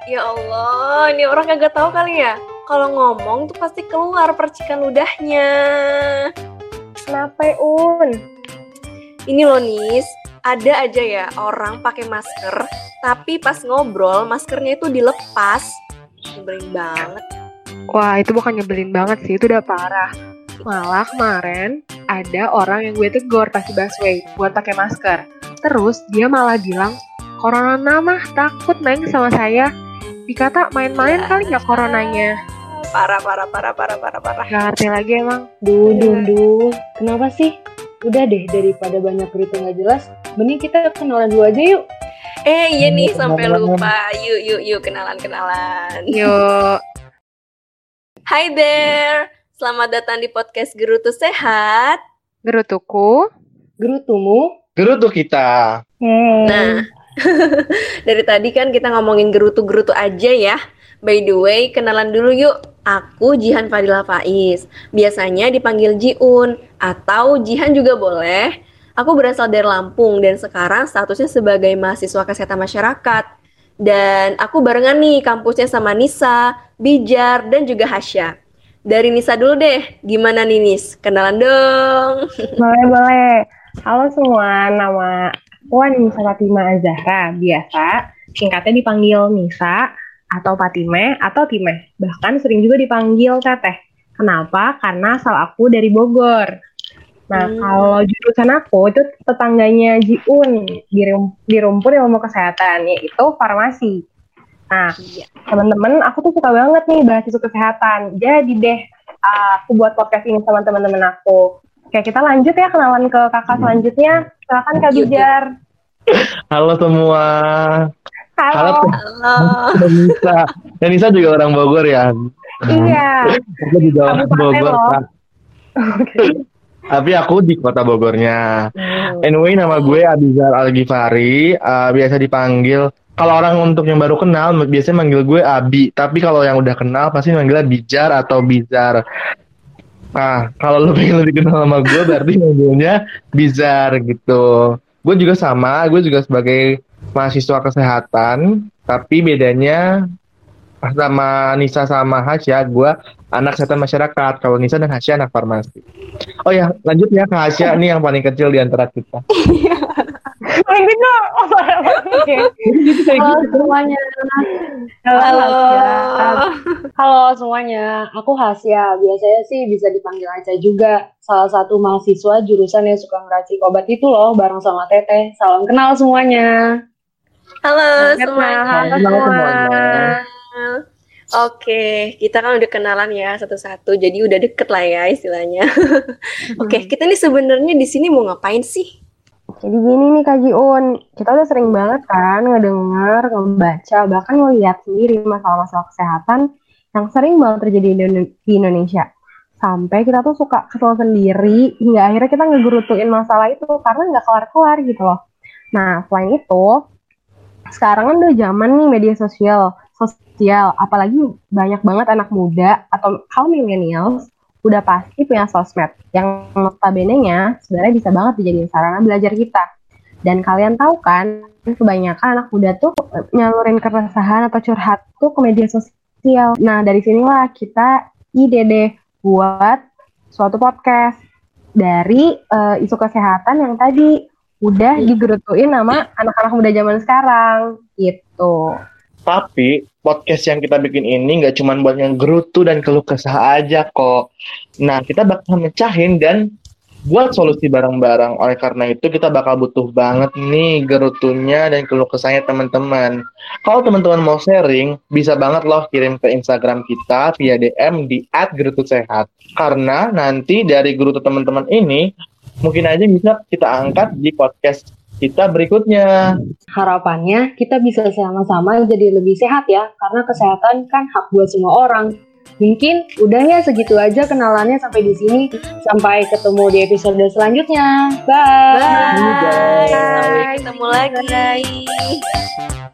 Ya Allah, ini orang kagak tahu kali ya. Kalau ngomong tuh pasti keluar percikan ludahnya. Kenapa, Un? Ini loh Nis, ada aja ya orang pakai masker, tapi pas ngobrol maskernya itu dilepas. Nyebelin banget. Wah, itu bukan nyebelin banget sih, itu udah parah. Malah kemarin ada orang yang gue tegur pas di busway buat pakai masker. Terus dia malah bilang, corona mah takut neng sama saya. Dikata main-main kali ya coronanya. Parah. Gak ngerti lagi emang. Duh. Kenapa sih? Udah deh, daripada banyak berita gak jelas, mending kita kenalan dulu aja yuk. Iya nih, sampai lupa. Yuk, kenalan. Yuk. Hi there, selamat datang di podcast Gerutu Sehat. Gerutuku. Gerutumu. Gerutu kita. Nah, dari tadi kan kita ngomongin gerutu-gerutu aja ya. By the way, kenalan dulu yuk. Aku Jihan Fadila Faiz. Biasanya dipanggil Jiun atau Jihan juga boleh. Aku berasal dari Lampung dan sekarang statusnya sebagai mahasiswa kesehatan masyarakat. Dan aku barengan nih kampusnya sama Nisa, Bijar, dan juga Hasya. Dari Nisa dulu deh, gimana nih Nis? Kenalan dong. Boleh. Halo semua, nama aku Nisa Fatima Azahra. Biasa singkatnya dipanggil Nisa atau Fatime atau Timeh. Bahkan sering juga dipanggil Teteh. Kenapa? Karena asal aku dari Bogor. Nah, kalau jurusan aku itu tetangganya Jiun di rumpun ilmu kesehatan, yaitu farmasi. Nah, teman-teman, aku tuh suka banget nih bahas isu kesehatan. Jadi deh, aku buat podcast ini sama teman-teman aku. Oke, kita lanjut ya kenalan ke kakak selanjutnya. Silakan Kak Bijar. Halo semua. Halo. Nisa. Dan Nisa juga orang Bogor ya? Iya. Aku juga orang Bogor, Kak. Tapi aku di kota Bogornya. Anyway, nama gue Abizar Al-Ghifari. Biasa dipanggil, kalau orang untuk yang baru kenal, biasanya manggil gue Abi. Tapi kalau yang udah kenal, pasti manggilnya Bijar atau Bizar. Nah, kalau lu pengen lebih kenal sama gue, berarti manggilnya Bizar gitu. Gue juga sama, gue juga sebagai mahasiswa kesehatan. Tapi bedanya sama Nisa sama Hasya, gue anak kesehatan masyarakat. Kalau Nisa dan Hasya anak farmasi. Oh ya, lanjut ya ke Hasya nih yang paling kecil di antara kita. Paling gitu. Oke. Halo semuanya. Halo semuanya. Aku Hasya. Biasanya sih bisa dipanggil Aca juga. Salah satu mahasiswa jurusan yang suka ngeracik obat itu loh, bareng sama Teteh. Salam kenal semuanya. Halo semuanya. Halo semuanya. Oke, kita kan udah kenalan ya satu-satu, jadi udah deket lah ya istilahnya. Oke, kita nih sebenarnya di sini mau ngapain sih? Jadi gini nih Kak Jiun, kita udah sering banget kan ngedenger, ngebaca, bahkan ngeliat sendiri masalah-masalah kesehatan yang sering banget terjadi di Indonesia. Sampai kita tuh suka kesel sendiri, hingga akhirnya kita ngegerutuin masalah itu karena nggak kelar-kelar gitu loh. Nah, selain itu, sekarang kan udah zaman nih media sosial, apalagi banyak banget anak muda atau kaum millennials udah pasti punya sosmed yang notabene-nya sebenarnya bisa banget dijadiin sarana belajar kita. Dan kalian tahu kan, kebanyakan anak muda tuh nyalurin keresahan atau curhat tuh ke media sosial. Nah, dari sinilah kita ide deh buat suatu podcast dari isu kesehatan yang tadi udah digerutuin sama anak-anak muda zaman sekarang gitu. Tapi podcast yang kita bikin ini nggak cuma buat ngegerutu dan keluh kesah aja kok. Nah, kita bakal mecahin dan buat solusi bareng-bareng. Oleh karena itu kita bakal butuh banget nih gerutunya dan keluh kesahnya teman-teman. Kalau teman-teman mau sharing, bisa banget loh kirim ke Instagram kita via DM di @gerutusehat. Karena nanti dari gerutu teman-teman ini mungkin aja bisa kita angkat di podcast kita berikutnya. Harapannya kita bisa sama-sama jadi lebih sehat ya, karena kesehatan kan hak buat semua orang. Mungkin udah ya segitu aja kenalannya sampai di sini. Sampai ketemu di episode selanjutnya. Bye. Bye. Sampai ketemu lagi.